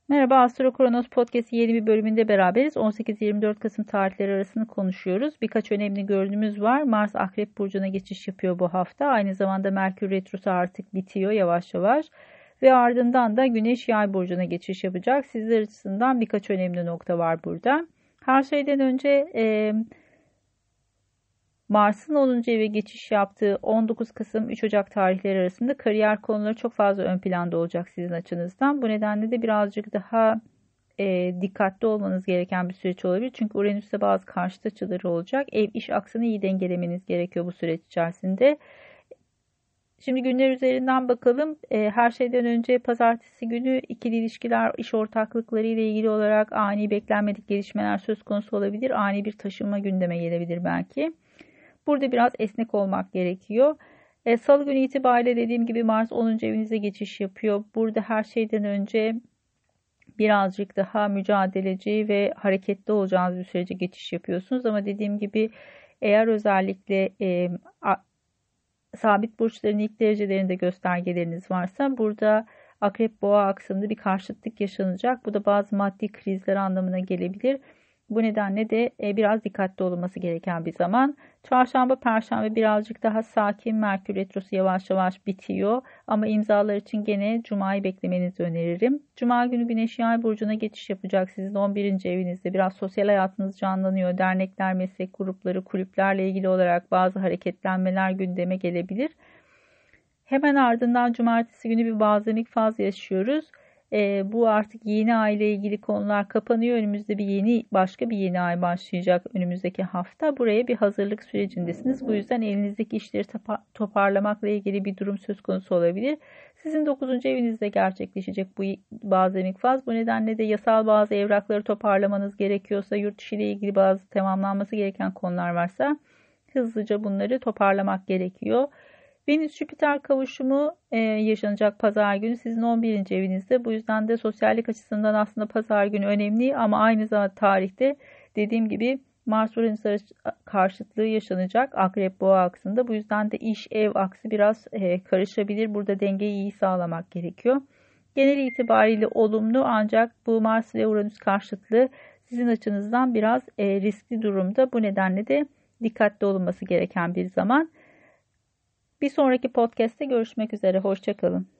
Merhaba, Astro Kronos Podcast'in yeni bir bölümünde beraberiz. 18-24 Kasım tarihleri arasını konuşuyoruz. Birkaç önemli görünümümüz var. Mars Akrep Burcu'na geçiş yapıyor bu hafta. Aynı zamanda Merkür Retrosu artık bitiyor yavaş yavaş. Ve ardından da Güneş Yay Burcu'na geçiş yapacak. Sizler açısından birkaç önemli nokta var burada. Her şeyden önce Mars'ın 10. eve geçiş yaptığı 19 Kasım 3 Ocak tarihleri arasında kariyer konuları çok fazla ön planda olacak sizin açınızdan. Bu nedenle de birazcık daha dikkatli olmanız gereken bir süreç olabilir. Çünkü Uranüs'te bazı karşıt açıları olacak. Ev iş aksını iyi dengelemeniz gerekiyor bu süreç içerisinde. Şimdi günler üzerinden bakalım. Her şeyden önce pazartesi günü ikili ilişkiler, iş ortaklıkları ile ilgili olarak ani beklenmedik gelişmeler söz konusu olabilir. Ani bir taşınma gündeme gelebilir belki. Burada biraz esnek olmak gerekiyor. Salı günü itibariyle dediğim gibi Mars 10. evinize geçiş yapıyor. Burada her şeyden önce birazcık daha mücadeleci ve hareketli olacağınız bir sürece geçiş yapıyorsunuz. Ama dediğim gibi eğer özellikle sabit burçların ilk derecelerinde göstergeleriniz varsa burada Akrep Boğa aksında bir karşıtlık yaşanacak. Bu da bazı maddi krizler anlamına gelebilir. Bu nedenle de biraz dikkatli olunması gereken bir zaman. Çarşamba, Perşembe birazcık daha sakin. Merkür Retrosu yavaş yavaş bitiyor. Ama imzalar için gene Cuma'yı beklemenizi öneririm. Cuma günü Güneş Yay Burcu'na geçiş yapacak. Sizin 11. evinizde biraz sosyal hayatınız canlanıyor. Dernekler, meslek grupları, kulüplerle ilgili olarak bazı hareketlenmeler gündeme gelebilir. Hemen ardından cumartesi günü bir bazenlik faz yaşıyoruz. Bu artık yeni ay ile ilgili konular kapanıyor. Önümüzde başka bir yeni ay başlayacak önümüzdeki hafta. Buraya bir hazırlık sürecindesiniz. Bu yüzden elinizdeki işleri toparlamakla ilgili bir durum söz konusu olabilir. Sizin 9. evinizde gerçekleşecek bu bazenlik faz. Bu nedenle de yasal bazı evrakları toparlamanız gerekiyorsa, yurt dışı ile ilgili bazı tamamlanması gereken konular varsa hızlıca bunları toparlamak gerekiyor. Venüs-Jüpiter kavuşumu yaşanacak pazar günü sizin 11. evinizde. Bu yüzden de sosyallik açısından aslında pazar günü önemli ama aynı zamanda tarihte dediğim gibi Mars-Uranüs karşıtlığı yaşanacak Akrep Boğa aksında. Bu yüzden de iş ev aksı biraz karışabilir. Burada dengeyi iyi sağlamak gerekiyor. Genel itibariyle olumlu ancak bu Mars ve Uranüs karşıtlığı sizin açınızdan biraz riskli durumda. Bu nedenle de dikkatli olunması gereken bir zaman. Bir sonraki podcast'te görüşmek üzere. Hoşça kalın.